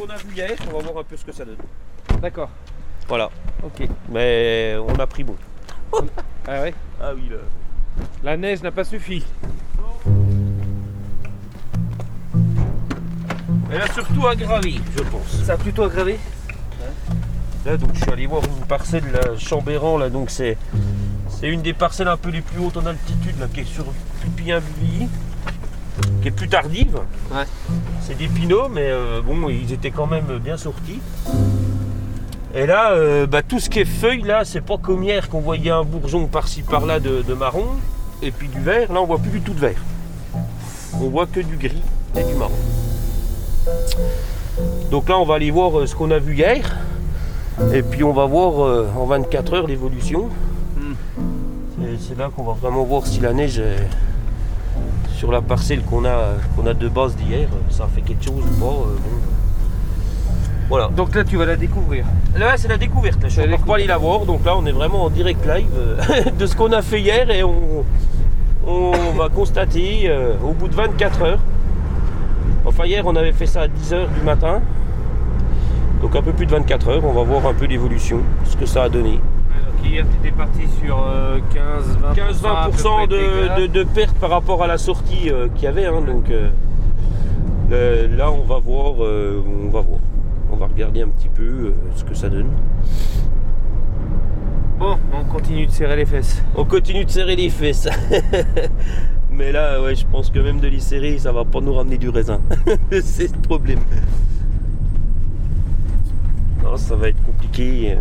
qu'on a vu hier, on va voir un peu ce que ça donne. D'accord. Voilà. Ok. Mais on a pris bon. Ah ouais. Ah oui, là. La neige n'a pas suffi. Elle a surtout aggravé, je pense. Ça a plutôt aggravé. Là, donc, je suis allé voir une parcelle, là, Chambéran, là, donc c'est une des parcelles un peu les plus hautes en altitude, là, qui est sur Pupillin-Bully, qui est plus tardive. Ouais. C'est des pinots, mais bon, ils étaient quand même bien sortis. Et là, tout ce qui est feuilles, là, c'est pas comme hier qu'on voyait un bourgeon par-ci par-là de marron, et puis du vert. Là, on voit plus du tout de vert. On voit que du gris et du marron. Donc là, on va aller voir ce qu'on a vu hier. Et puis on va voir en 24 heures l'évolution. C'est là qu'on va vraiment voir si la neige sur la parcelle qu'on a de base d'hier, ça fait quelque chose ou pas. Bon. Voilà. Donc là tu vas la découvrir. Là c'est la découverte. Là. Je suis encore pas allé la voir. Donc là on est vraiment en direct live de ce qu'on a fait hier et on va constater au bout de 24 heures. Enfin hier on avait fait ça à 10h du matin. Donc un peu plus de 24 heures, on va voir un peu l'évolution, ce que ça a donné. Donc hier tu étais parti sur 15-20% de perte par rapport à la sortie qu'il y avait. Hein, donc là on va voir. On va regarder un petit peu ce que ça donne. Bon, on continue de serrer les fesses. On continue de serrer les fesses. Mais là, ouais, je pense que même de les serrer, ça va pas nous ramener du raisin. C'est le problème. Non, ça va être compliqué.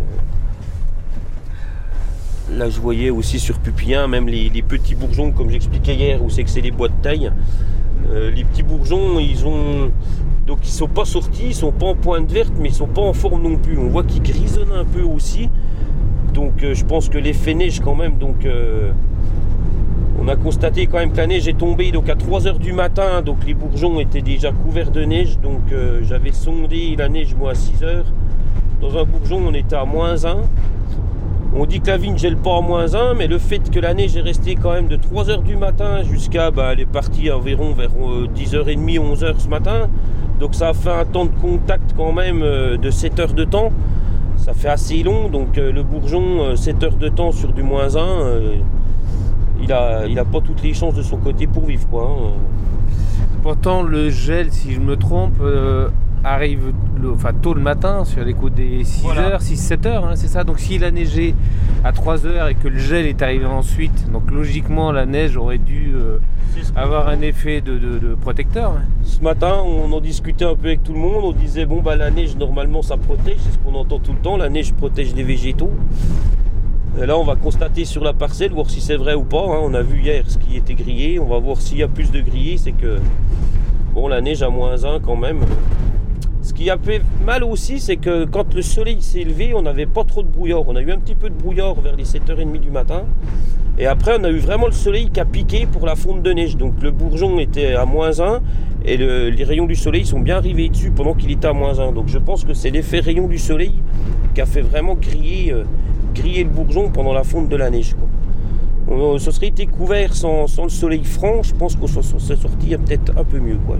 Là, je voyais aussi sur Pupillin, même les petits bourgeons, comme j'expliquais hier, où c'est que c'est les bois de taille. Les petits bourgeons, ils sont pas sortis, ils sont pas en pointe verte, mais ils sont pas en forme non plus. On voit qu'ils grisonnent un peu aussi. Donc je pense que l'effet neige quand même, donc on a constaté quand même que la neige est tombée donc à 3h du matin, donc les bourgeons étaient déjà couverts de neige, donc j'avais sondé la neige moi à 6h. Dans un bourgeon on était à -1. On dit que la vigne ne gèle pas à -1, mais le fait que la neige est restée quand même de 3h du matin jusqu'à, elle est partie environ vers 10h30, 11h ce matin, donc ça a fait un temps de contact quand même de 7 heures de temps. Ça fait assez long, donc le bourgeon, 7 heures de temps sur du -1, il a pas toutes les chances de son côté pour vivre, quoi. Hein. Pourtant, le gel, si je me trompe, arrive tôt le matin, sur les coups des 6h, 6-7 heures, hein, c'est ça. Donc s'il a neigé à 3h et que le gel est arrivé ensuite, donc logiquement la neige aurait dû avoir un effet de protecteur. Hein. Ce matin, on en discutait un peu avec tout le monde, on disait la neige normalement ça protège, c'est ce qu'on entend tout le temps, la neige protège les végétaux. Et là on va constater sur la parcelle, voir si c'est vrai ou pas, hein. On a vu hier ce qui était grillé, on va voir s'il y a plus de grillé, c'est que la neige à -1 quand même. Ce qui a fait mal aussi, c'est que quand le soleil s'est levé, on n'avait pas trop de brouillard. On a eu un petit peu de brouillard vers les 7h30 du matin. Et après, on a eu vraiment le soleil qui a piqué pour la fonte de neige. Donc le bourgeon était à -1 et les rayons du soleil sont bien arrivés dessus pendant qu'il était à -1. Donc je pense que c'est l'effet rayon du soleil qui a fait vraiment griller le bourgeon pendant la fonte de la neige, quoi. On se serait été couvert sans le soleil franc, je pense qu'on s'en serait sorti peut-être un peu mieux, quoi.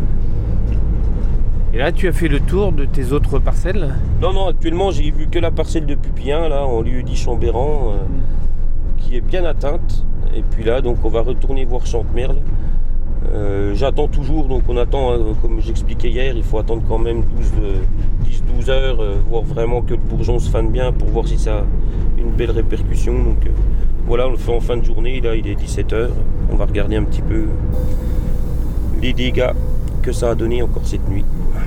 Et là, tu as fait le tour de tes autres parcelles? Non, actuellement, j'ai vu que la parcelle de Pupillin, là, en lieu dit Chambéran, qui est bien atteinte. Et puis là, donc, on va retourner voir Chantemerle. J'attends toujours, donc on attend, comme j'expliquais hier, il faut attendre quand même 10-12 heures, voir vraiment que le bourgeon se fane bien pour voir si ça a une belle répercussion. Donc voilà, on le fait en fin de journée, là il est 17h, on va regarder un petit peu les dégâts que ça a donné encore cette nuit.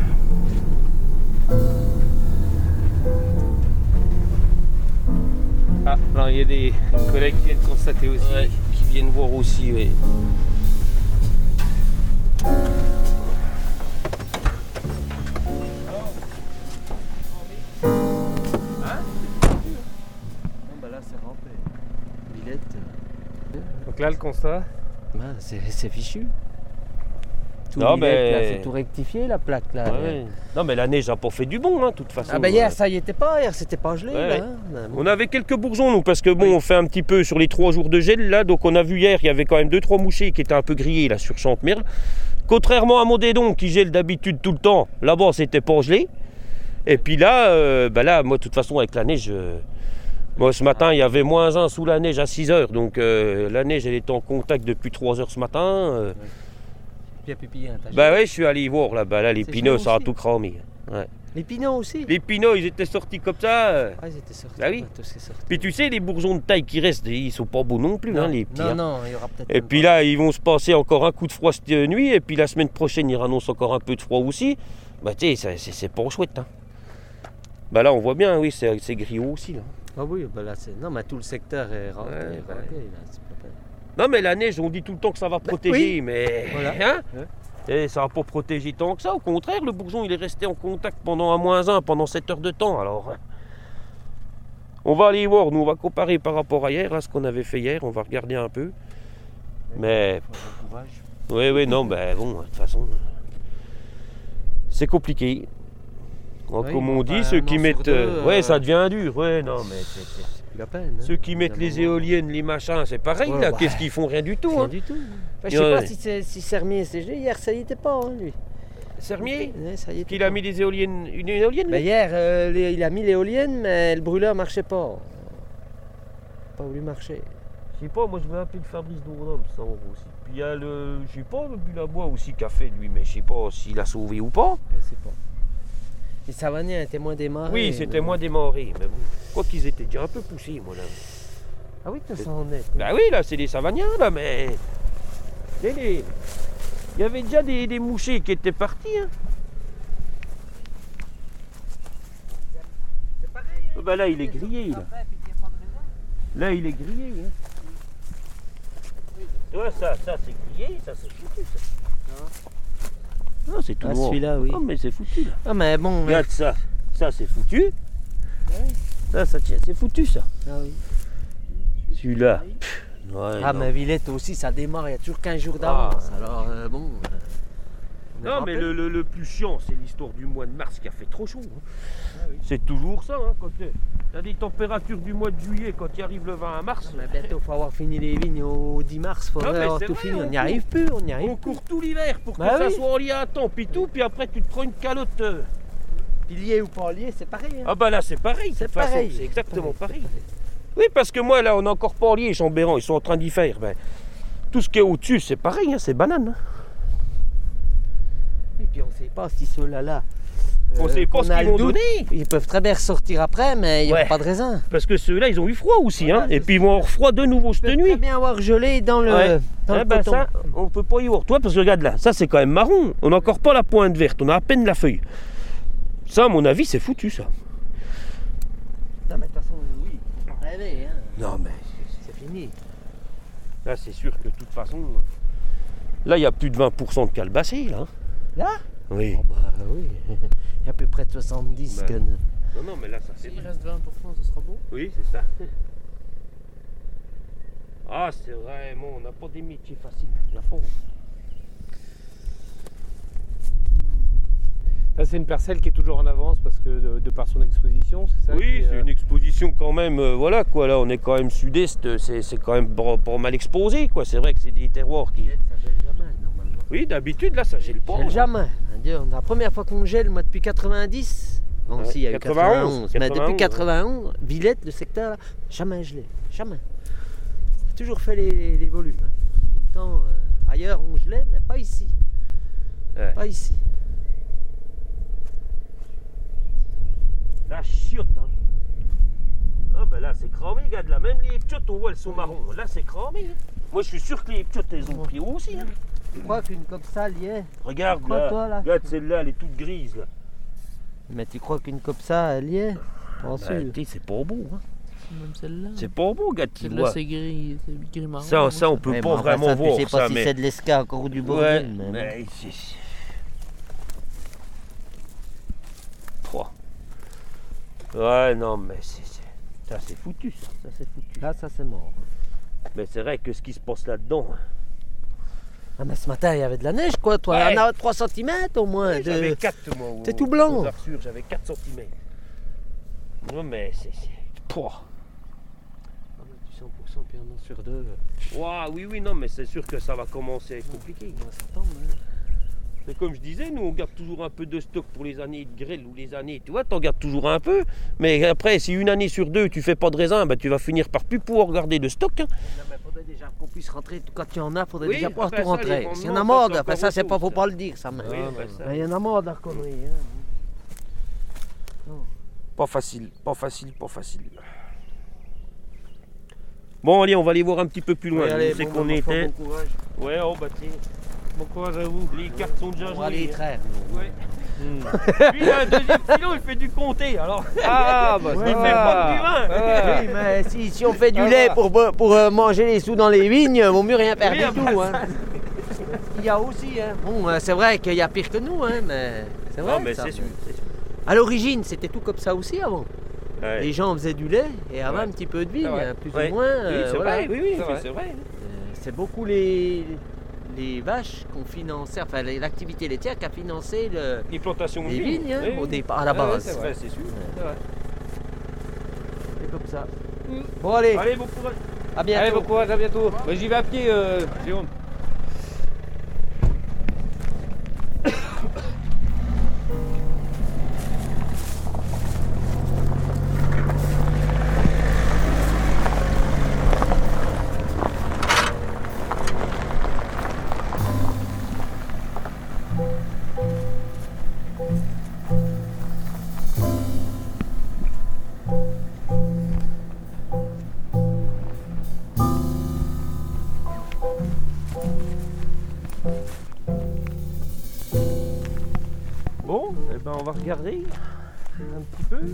Ah, alors il y a des collègues qui viennent constater aussi. Ouais, qui viennent voir aussi, oui. Là c'est rampé. Villette. Donc là le constat. C'est fichu. Tout Non, Villette, là, mais c'est tout rectifié la plaque là. Ouais. Non mais la neige n'a pas fait du bon, hein, de toute façon. Ah bah hier ça y était pas, hier c'était pas gelé Ouais. là. Hein. On avait quelques bourgeons nous parce que on fait un petit peu sur les 3 jours de gel là, donc on a vu hier il y avait quand même 2-3 mouchés qui étaient un peu grillés là sur Chantemerle. Contrairement à mon dédon qui gèle d'habitude tout le temps, là-bas c'était pas gelé. Et puis là, moi de toute façon avec la neige, moi ce matin il y avait -1 sous la neige à 6 heures. Donc la neige elle était en contact depuis 3 heures ce matin. Bien pupillien, t'as Bah ouais, je suis allé voir là-bas, là les C'est pinots chaud ça a aussi. tout cramé. Ouais. Les pinons aussi. Les pinots ils étaient sortis comme ça. Ah, ils étaient sortis. Bah oui. ouais, tous ces sortis. Puis tu sais les bourgeons de taille qui restent, ils sont pas beaux non plus, non, hein, les petits. non, hein. non, il y aura peut-être. Et même puis pas. là, ils vont se passer encore un coup de froid cette nuit, et puis la semaine prochaine, ils annoncent encore un peu de froid aussi. Bah tu sais, c'est pas chouette. Hein. Bah là, on voit bien, oui, c'est griot aussi. Là. Ah oui, bah là c'est. Non, mais tout le secteur est rempli. Ouais, là, ouais. c'est pas peine. Non, mais la neige, on dit tout le temps que ça va protéger, oui. mais Voilà. hein Ouais. et ça va pas protéger tant que ça. Au contraire, le bourgeon, il est resté en contact pendant un -1, pendant 7 heures de temps. Alors, on va aller voir, nous, on va comparer par rapport à hier, là, ce qu'on avait fait hier, on va regarder un peu. Mais, Faut avoir le courage. oui, non, ben bon, de toute façon, c'est compliqué. Oui, Comme on enfin, dit, ceux un qui an mettent. sur deux, Ouais, ça devient dur. Ouais, non, mais C'est plus la peine. hein. ceux qui mettent D'un les moment. éoliennes, les machins, c'est pareil, Ouais, là. bah, Qu'est-ce qu'ils font? Rien du tout. Rien Hein. du tout. Enfin, je Ouais. sais pas si Sermier c'est gelé. Hier, ça y était pas, hein, lui. Sermier, Ouais, ça y était qu'il a pas. mis des éoliennes, une éolienne Bah, lui hier, il a mis l'éolienne, mais le brûleur marchait pas. Pas voulu marcher. Je sais pas, moi je vais appeler le Fabrice Dournhomme, 100 € aussi. Puis il y a le, je sais pas, le Bulabois aussi qui a fait lui, mais je sais pas s'il a sauvé ou pas. Je sais pas. Les Savaniens étaient moins démarrés. Oui, c'était mais- moins démarré, mais bon. Quoi qu'ils étaient déjà un peu poussés, moi là. Ah oui, que ça en est. Bah oui, là, c'est des Savaniens, là, mais. Il y avait déjà des mouchés qui étaient partis. Hein. C'est pareil. hein. Bah là, il est grillé, là. Après, puis il y a pas de raisin. Là, il est grillé. Hein. Tu vois, ça c'est grillé, ça c'est foutu, ça. Non, c'est tout Ah, noir. celui-là, oui. Oh, mais c'est foutu, là. Ah, mais bon. Regarde ça. Ça, c'est foutu. Ouais. Ça tient, c'est foutu, ça. Ah oui. Celui-là. Ouais, Ah, non. mais Villette aussi, ça démarre, il y a toujours 15 jours d'avance. Alors, bon. on est Non, mais rappelé. le plus chiant, c'est l'histoire du mois de mars qui a fait trop chaud. Hein. C'est toujours ça, hein, quand tu as des températures du mois de juillet, quand il arrive le 21 mars. Mais bientôt, il faut avoir fini les vignes au 10 mars. Il faut Non, mais avoir c'est tout vrai, fini. on On n'y court. arrive plus. On n'y arrive On plus. court tout l'hiver pour que Bah ça oui. soit lié à temps, puis tout, puis après tu te prends une calotte. Puis lié ou pas lié, c'est pareil. hein. Ah bah là c'est pareil, de C'est toute façon, pareil. c'est exactement pareil. c'est pareil. Oui, parce que moi là on a encore pas lié Chambéran, ils sont en train d'y faire. Ben, tout ce qui est au-dessus c'est pareil, hein, c'est banane. Hein. Et puis on ne sait pas si ceux-là, On sait pas qu'on ce a qu'ils le vont doute, donner. Ils peuvent très bien ressortir après, mais il n'y aura Ouais. pas de raisin. Parce que ceux-là ils ont eu froid aussi, Voilà, hein, et c'est puis ils vont avoir froid de nouveau Ils cette peuvent nuit. très bien avoir gelé dans le, Ouais. dans Eh le ben coton. ça, on peut pas y voir. Toi, parce que regarde là, ça c'est quand même marron. On n'a encore pas la pointe verte, on a à peine la feuille. Ça, à mon avis, c'est foutu ça. Non, mais de toute façon, oui, pas rêver. Hein. Non, mais C'est fini. là, c'est sûr que de toute façon, là, il y a plus de 20% de calebassé, là. Là Oui. Oh, bah oui. Il y a à peu près de 70 Ben. que... Non, mais là, ça fait. S'il reste 20%, ce sera beau. Oui, c'est ça. Ah, c'est vraiment, on n'a pas des métiers faciles. La pauvre. Ça, c'est une parcelle qui est toujours en avance parce que de par son exposition, c'est ça Oui, qui est, c'est une exposition quand même, voilà quoi, là on est quand même sud-est, c'est quand même pas mal exposé quoi, c'est vrai que c'est des terroirs qui... Ça gèle jamais, normalement. Oui, d'habitude là ça gèle pas. Gèle jamais. La première fois qu'on gèle, moi, depuis 90... Bon, Ouais, si, il y a eu 91, 91. Mais depuis 91, 91, Villette, le secteur, là, jamais gelé. Jamais. J'ai toujours fait les volumes. Hein. Tout le temps, ailleurs, on gelait, mais pas ici. Ouais. Pas ici. La chiotte, hein. Ah ben là c'est cramé, regarde là, même les piottes on voit elles sont marron, là c'est cramé. Hein. Moi je suis sûr que les piottes elles ont pris aussi. Hein. Je crois qu'une comme ça, liée. Regarde Crois là, toi, là. regarde celle-là, elle est toute grise là. Mais tu crois qu'une comme ça, elle y est? Pas sûr. Bah, t'sais, c'est pas beau, hein. Même celle-là. C'est pas beau, regarde, tu Celle-là, vois. c'est gris marron. Ça on peut Ouais, pas mais enfin, vraiment ça, voir tu sais pas ça, si mais... c'est de l'esca encore ou du Ouais, bordel. mais bon. mais c'est... Pouah. Ouais, non, mais ça c'est foutu, ça c'est foutu. Là, ça c'est mort. Mais c'est vrai que ce qui se passe là-dedans, hein. Ah, mais ce matin, il y avait de la neige, quoi, toi. Ouais. Il y en a 3 cm au moins. J'avais 4 moi. T'es tout blanc. aux Arthur, j'avais 4 cm. Non, mais c'est... Pouah. Ah, mais tu 100% puis un an sur 2. Ouah, oui, non, mais c'est sûr que ça va commencer à être compliqué. Ça tombe, hein. Mais comme je disais, nous on garde toujours un peu de stock pour les années de grêle ou les années, tu vois, t'en gardes toujours un peu. Mais après, si une année sur deux tu fais pas de raisin, ben, tu vas finir par plus pouvoir garder de stock. Hein. Non, mais faudrait déjà qu'on puisse rentrer, quand il y en a, faudrait Oui, déjà pouvoir enfin, tout ça, rentrer. les S'il y en a rendements, marre, ça, c'est enfin ça c'est encore pas, autre faut chose, pas le dire ça. Mais Oui, Non, ben, non, ça. mais il y en a marre de la connerie. Hein. Pas facile, pas facile, pas facile. Bon allez, on va aller voir un petit peu plus loin. Oui, allez, Où c'est bon, qu'on bah, était. bon courage. Ouais, oh bah tiens. Bon courage à vous. Les cartes sont déjà On va aller jouées. traire. Ouais. Puis il a un deuxième filon, il fait du comté. Alors, Ah bah il ça fait va. pas du vin. Ouais. Oui, mais si on fait du Ah, lait voilà. pour manger les sous dans les vignes, vaut mieux rien faire Oui, du ah, tout. bah, Hein. Il y a aussi, hein. Bon, c'est vrai qu'il y a pire que nous, hein, mais c'est vrai. Non mais ça. c'est sûr, c'est sûr. À l'origine, c'était tout comme ça aussi avant. Ouais. Les gens faisaient du lait et avaient Ouais. un petit peu de vigne, C'est vrai. hein, plus Ouais. ou moins. Oui, c'est voilà. vrai, oui, C'est vrai. c'est vrai. C'est beaucoup les vaches qu'on finançait, enfin l'activité laitière qui a financé Les plantations de les vignes hein, oui, au oui. départ, à la Ouais, ouais, base. c'est vrai. C'est sûr. C'est vrai. C'est comme ça. Bon allez, Allez, bon courage. à bientôt. Allez, bon courage, à bientôt. Bah, j'y vais à pied, Jérôme. Bon, eh ben on va regarder un petit peu.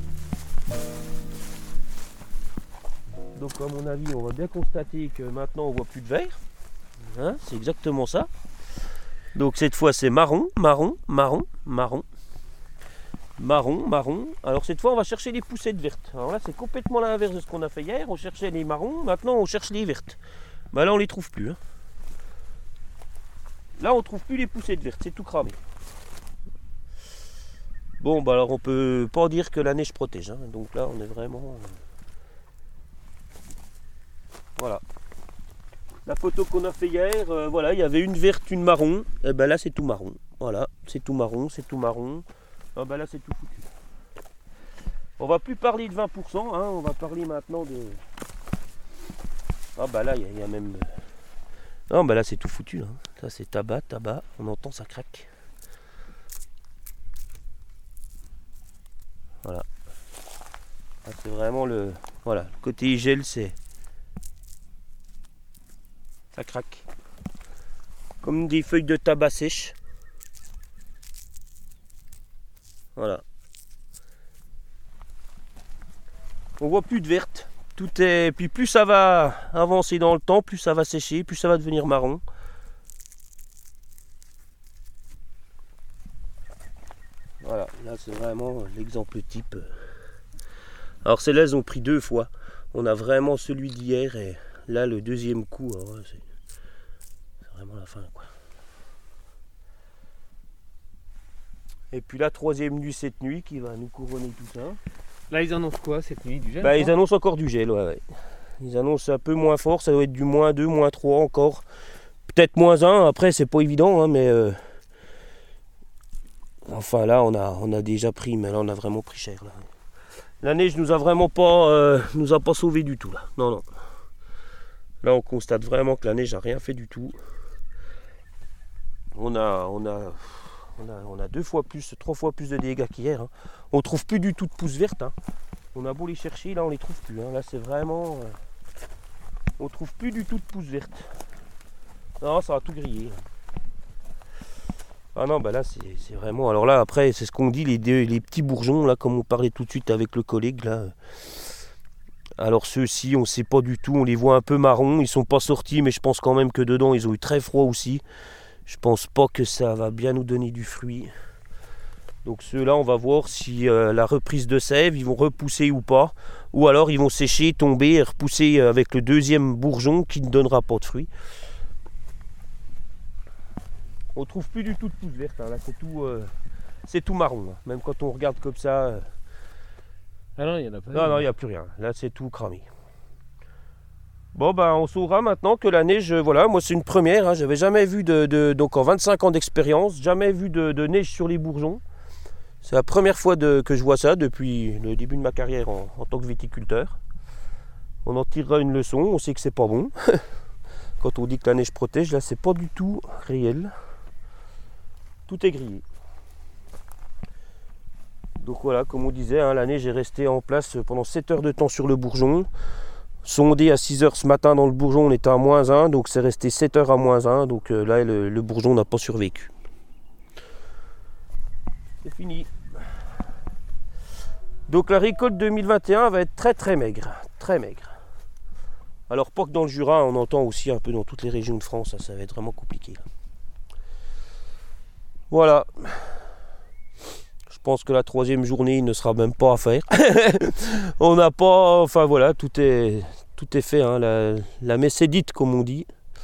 Donc à mon avis, on va bien constater que maintenant on voit plus de vert. Hein, c'est exactement ça. Donc cette fois c'est marron, marron, marron, marron. Marron, marron. Alors cette fois on va chercher les poussettes vertes. Alors là c'est complètement l'inverse de ce qu'on a fait hier. On cherchait les marrons, maintenant on cherche les vertes. Bah là on les trouve plus. Hein. Là on trouve plus les poussettes vertes, c'est tout cramé. Bon bah alors on peut pas dire que la neige protège. Hein. Donc là on est vraiment... Voilà. La photo qu'on a fait hier, voilà, il y avait une verte, une marron. Et ben là c'est tout marron. Voilà, c'est tout marron, c'est tout marron. Ah ben là c'est tout foutu. On va plus parler de 20%, hein, on va parler maintenant de... Ah bah là il y a même... Non bah là c'est tout foutu. Hein. Ça c'est tabac, tabac, on entend ça craque. Voilà. Ah, c'est vraiment le... Voilà, le côté gel c'est... Ça craque. Comme des feuilles de tabac sèches. Voilà. On voit plus de verte. Tout est. Puis plus ça va avancer dans le temps, plus ça va sécher, plus ça va devenir marron. Voilà, là c'est vraiment l'exemple type. Alors celles-là elles ont pris 2 fois. On a vraiment celui d'hier et là le deuxième coup, c'est vraiment la fin quoi. Et puis la troisième nuit cette nuit qui va nous couronner tout ça. Là, ils annoncent quoi cette nuit? Du gel? Bah, ils annoncent encore du gel, ouais. Ils annoncent un peu moins fort, ça doit être du -2, -3 encore. Peut-être -1, après c'est pas évident, hein, mais enfin là on a déjà pris, mais là on a vraiment pris cher. Là. La neige nous a vraiment pas nous a pas sauvé du tout là. Non non. Là on constate vraiment que la neige a rien fait du tout. On a 2 fois plus, 3 fois plus de dégâts qu'hier. Hein. On trouve plus du tout de pousses vertes. Hein. On a beau les chercher, là on les trouve plus. Hein. Là c'est vraiment... on trouve plus du tout de pousses vertes. Non, ça va tout griller. Là. Ah non, bah là c'est vraiment... Alors là après, c'est ce qu'on dit, les petits bourgeons, là comme on parlait tout de suite avec le collègue, là... Alors ceux-ci, on ne sait pas du tout, on les voit un peu marrons, ils sont pas sortis, mais je pense quand même que dedans ils ont eu très froid aussi. Je pense pas que ça va bien nous donner du fruit. Donc ceux-là, on va voir si la reprise de sève, ils vont repousser ou pas. Ou alors ils vont sécher, tomber et repousser avec le deuxième bourgeon qui ne donnera pas de fruits. On trouve plus du tout de pousses vertes. Hein. Là c'est tout marron. Hein. Même quand on regarde comme ça. Ah non, il n'y en a pas. Non, il n'y a plus rien. Là c'est tout cramé. Bon, ben, on saura maintenant que la neige, voilà, moi c'est une première, hein, j'avais jamais vu donc en 25 ans d'expérience, jamais vu de neige sur les bourgeons. C'est la première fois que je vois ça depuis le début de ma carrière en tant que viticulteur. On en tirera une leçon, on sait que c'est pas bon. Quand on dit que la neige protège, là c'est pas du tout réel. Tout est grillé. Donc voilà, comme on disait, hein, la neige est restée en place pendant 7 heures de temps sur le bourgeon. Sondé à 6 heures ce matin dans le bourgeon, on était à -1, donc c'est resté 7 heures à -1, donc là le bourgeon n'a pas survécu. C'est fini. Donc la récolte 2021 va être très maigre, très maigre. Alors pas que dans le Jura, on entend aussi un peu dans toutes les régions de France, ça va être vraiment compliqué. Voilà. Je pense que la 3e journée ne sera même pas à faire. On n'a pas, enfin voilà, tout est fait. Hein. La messe est dite, comme on dit.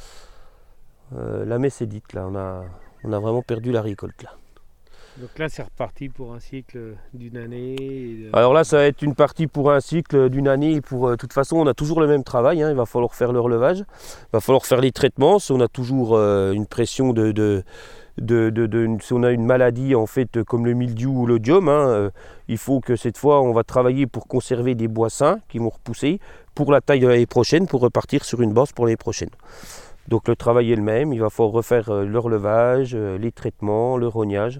La messe est dite, là, on a vraiment perdu la récolte là. Donc là c'est reparti pour un cycle d'une année. Alors là ça va être une partie pour un cycle d'une année. De toute façon on a toujours le même travail, hein. Il va falloir faire le relevage, il va falloir faire les traitements. Si on a toujours une pression si on a une maladie en fait comme le mildiou ou l'odium, hein, il faut que cette fois on va travailler pour conserver des bois sains qui vont repousser pour la taille de l'année prochaine, pour repartir sur une base pour l'année prochaine. Donc le travail est le même, il va falloir refaire le relevage, les traitements, le rognage.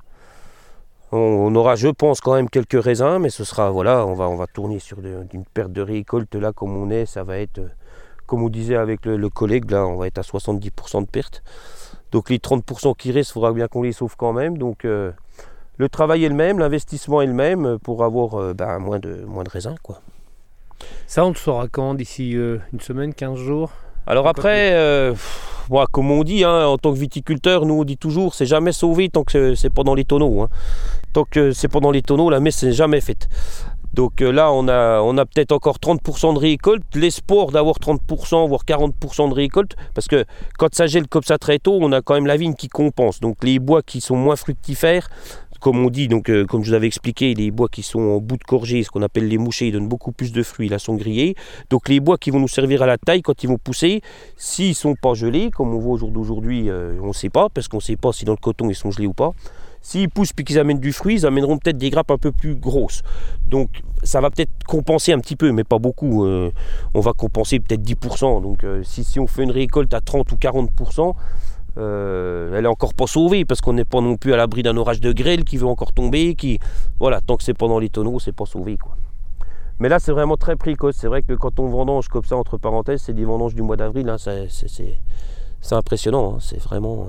On aura, je pense, quand même quelques raisins, mais ce sera, voilà, on va tourner sur une perte de récolte là comme on est, ça va être, comme on disait avec le collègue, là on va être à 70% de perte. Donc les 30% qui restent, il faudra bien qu'on les sauve quand même. Donc le travail est le même, l'investissement est le même pour avoir moins de raisins, quoi. Ça on le saura quand, d'ici une semaine, 15 jours? Alors après, moi, comme on dit, hein, en tant que viticulteur, nous on dit toujours, c'est jamais sauvé tant que c'est pas dans les tonneaux. Hein. Tant que c'est pas dans les tonneaux, la messe n'est jamais faite. Donc là, on a peut-être encore 30% de récolte, l'espoir d'avoir 30%, voire 40% de récolte, parce que quand ça gèle comme ça très tôt, on a quand même la vigne qui compense. Donc les bois qui sont moins fructifères, comme on dit, donc comme je vous avais expliqué, les bois qui sont en bout de corgée, ce qu'on appelle les mouchés, ils donnent beaucoup plus de fruits, là sont grillés. Donc les bois qui vont nous servir à la taille, quand ils vont pousser, s'ils ne sont pas gelés, comme on voit au jour d'aujourd'hui, on ne sait pas, parce qu'on ne sait pas si dans le coton ils sont gelés ou pas. S'ils poussent puis qu'ils amènent du fruit, ils amèneront peut-être des grappes un peu plus grosses. Donc ça va peut-être compenser un petit peu, mais pas beaucoup. On va compenser peut-être 10%. Donc si on fait une récolte à 30 ou 40%, elle est encore pas sauvée parce qu'on n'est pas non plus à l'abri d'un orage de grêle qui veut encore tomber, voilà, tant que c'est pas dans les tonneaux, c'est pas sauvé, quoi. Mais là c'est vraiment très précoce. C'est vrai que quand on vendange comme ça, entre parenthèses, c'est des vendanges du mois d'avril, hein, c'est impressionnant, hein, c'est vraiment.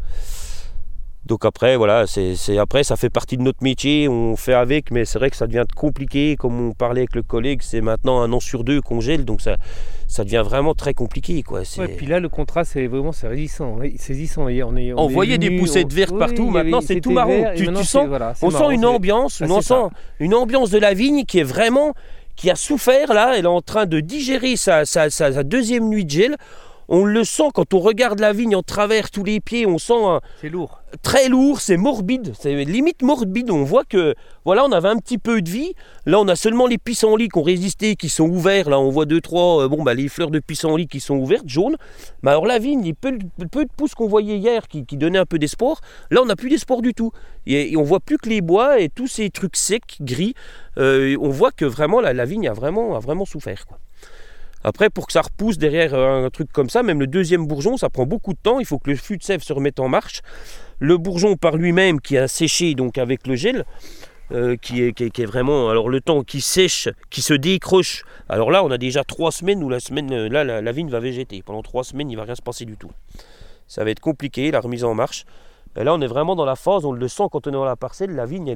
Donc après voilà, après ça fait partie de notre métier, on fait avec, mais c'est vrai que ça devient compliqué, comme on parlait avec le collègue, c'est maintenant 1 an sur 2 qu'on gèle, donc ça devient vraiment très compliqué, quoi. Ouais, puis là le contraste c'est vraiment saisissant. On voyait des poussettes vertes partout, maintenant c'est tout marron. Tu sens, on sent une ambiance, une ambiance de la vigne qui est vraiment, qui a souffert là, elle est en train de digérer sa 2e nuit de gel. On le sent quand on regarde la vigne en travers tous les pieds, on sent c'est lourd. Très lourd, c'est morbide, c'est limite morbide. On voit que voilà, on avait un petit peu de vie. Là, on a seulement les pissenlits qui ont résisté, qui sont ouverts. Là, on voit 2-3 les fleurs de pissenlit qui sont ouvertes, jaunes. Mais alors la vigne, les peu de pousses qu'on voyait hier qui donnaient un peu d'espoir, là, on n'a plus d'espoir du tout. Et on voit plus que les bois et tous ces trucs secs, gris. On voit que vraiment la vigne a vraiment souffert, quoi. Après, pour que ça repousse derrière un truc comme ça, même le 2e bourgeon, ça prend beaucoup de temps. Il faut que le fût de sève se remette en marche. Le bourgeon par lui-même qui a séché donc avec le gel, qui est vraiment, alors le temps qui sèche, qui se décroche. Alors là, on a déjà 3 semaines où la vigne va végéter. Pendant 3 semaines, il ne va rien se passer du tout. Ça va être compliqué, la remise en marche. Et là, on est vraiment dans la phase, on le sent quand on est dans la parcelle. La vigne, elle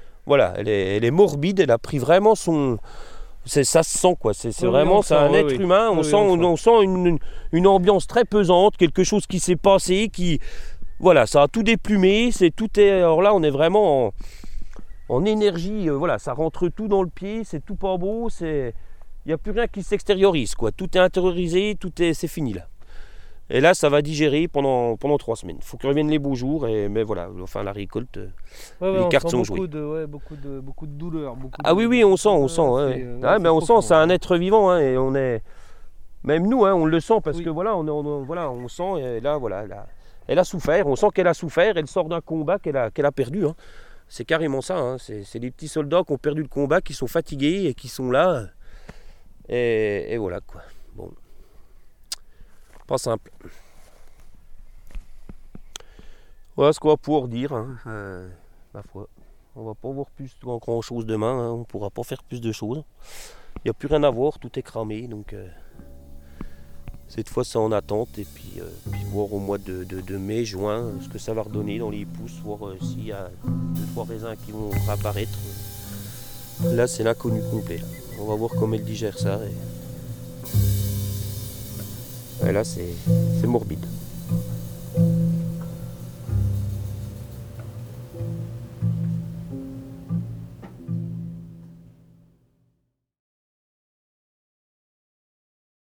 est morbide, elle a pris vraiment son... ça se sent, quoi. C'est vraiment, c'est un être humain. On sent une ambiance très pesante, quelque chose qui s'est passé, voilà, ça a tout déplumé. Alors là, on est vraiment en énergie. Voilà, ça rentre tout dans le pied. C'est tout pas beau. Il n'y a plus rien qui s'extériorise, quoi. Tout est intériorisé, c'est fini là. Et là, ça va digérer pendant 3 semaines. Il faut que reviennent les beaux jours. Mais voilà, enfin la récolte, les cartes sont jouées. Beaucoup de douleur. Oui, on sent. Mais on sent, c'est un être vivant. Hein, et Même nous, hein, on le sent parce Oui. que voilà, on sent, et là, voilà, elle a souffert, on sent qu'elle a souffert, elle sort d'un combat qu'elle a perdu. Hein. C'est carrément ça, hein. C'est les petits soldats qui ont perdu le combat, qui sont fatigués et qui sont là. Et voilà quoi. Bon. Pas simple. Voilà ce qu'on va pouvoir dire. Hein. Ma foi. On va pas voir plus grand chose demain, hein. On pourra pas faire plus de choses. Il n'y a plus rien à voir, tout est cramé. Donc cette fois c'est en attente et puis voir au mois de mai, juin ce que ça va redonner dans les pousses, voir s'il y a 2-3 raisins qui vont réapparaître. Là c'est l'inconnu complet. Là. On va voir comment elle digère ça. Et là c'est morbide.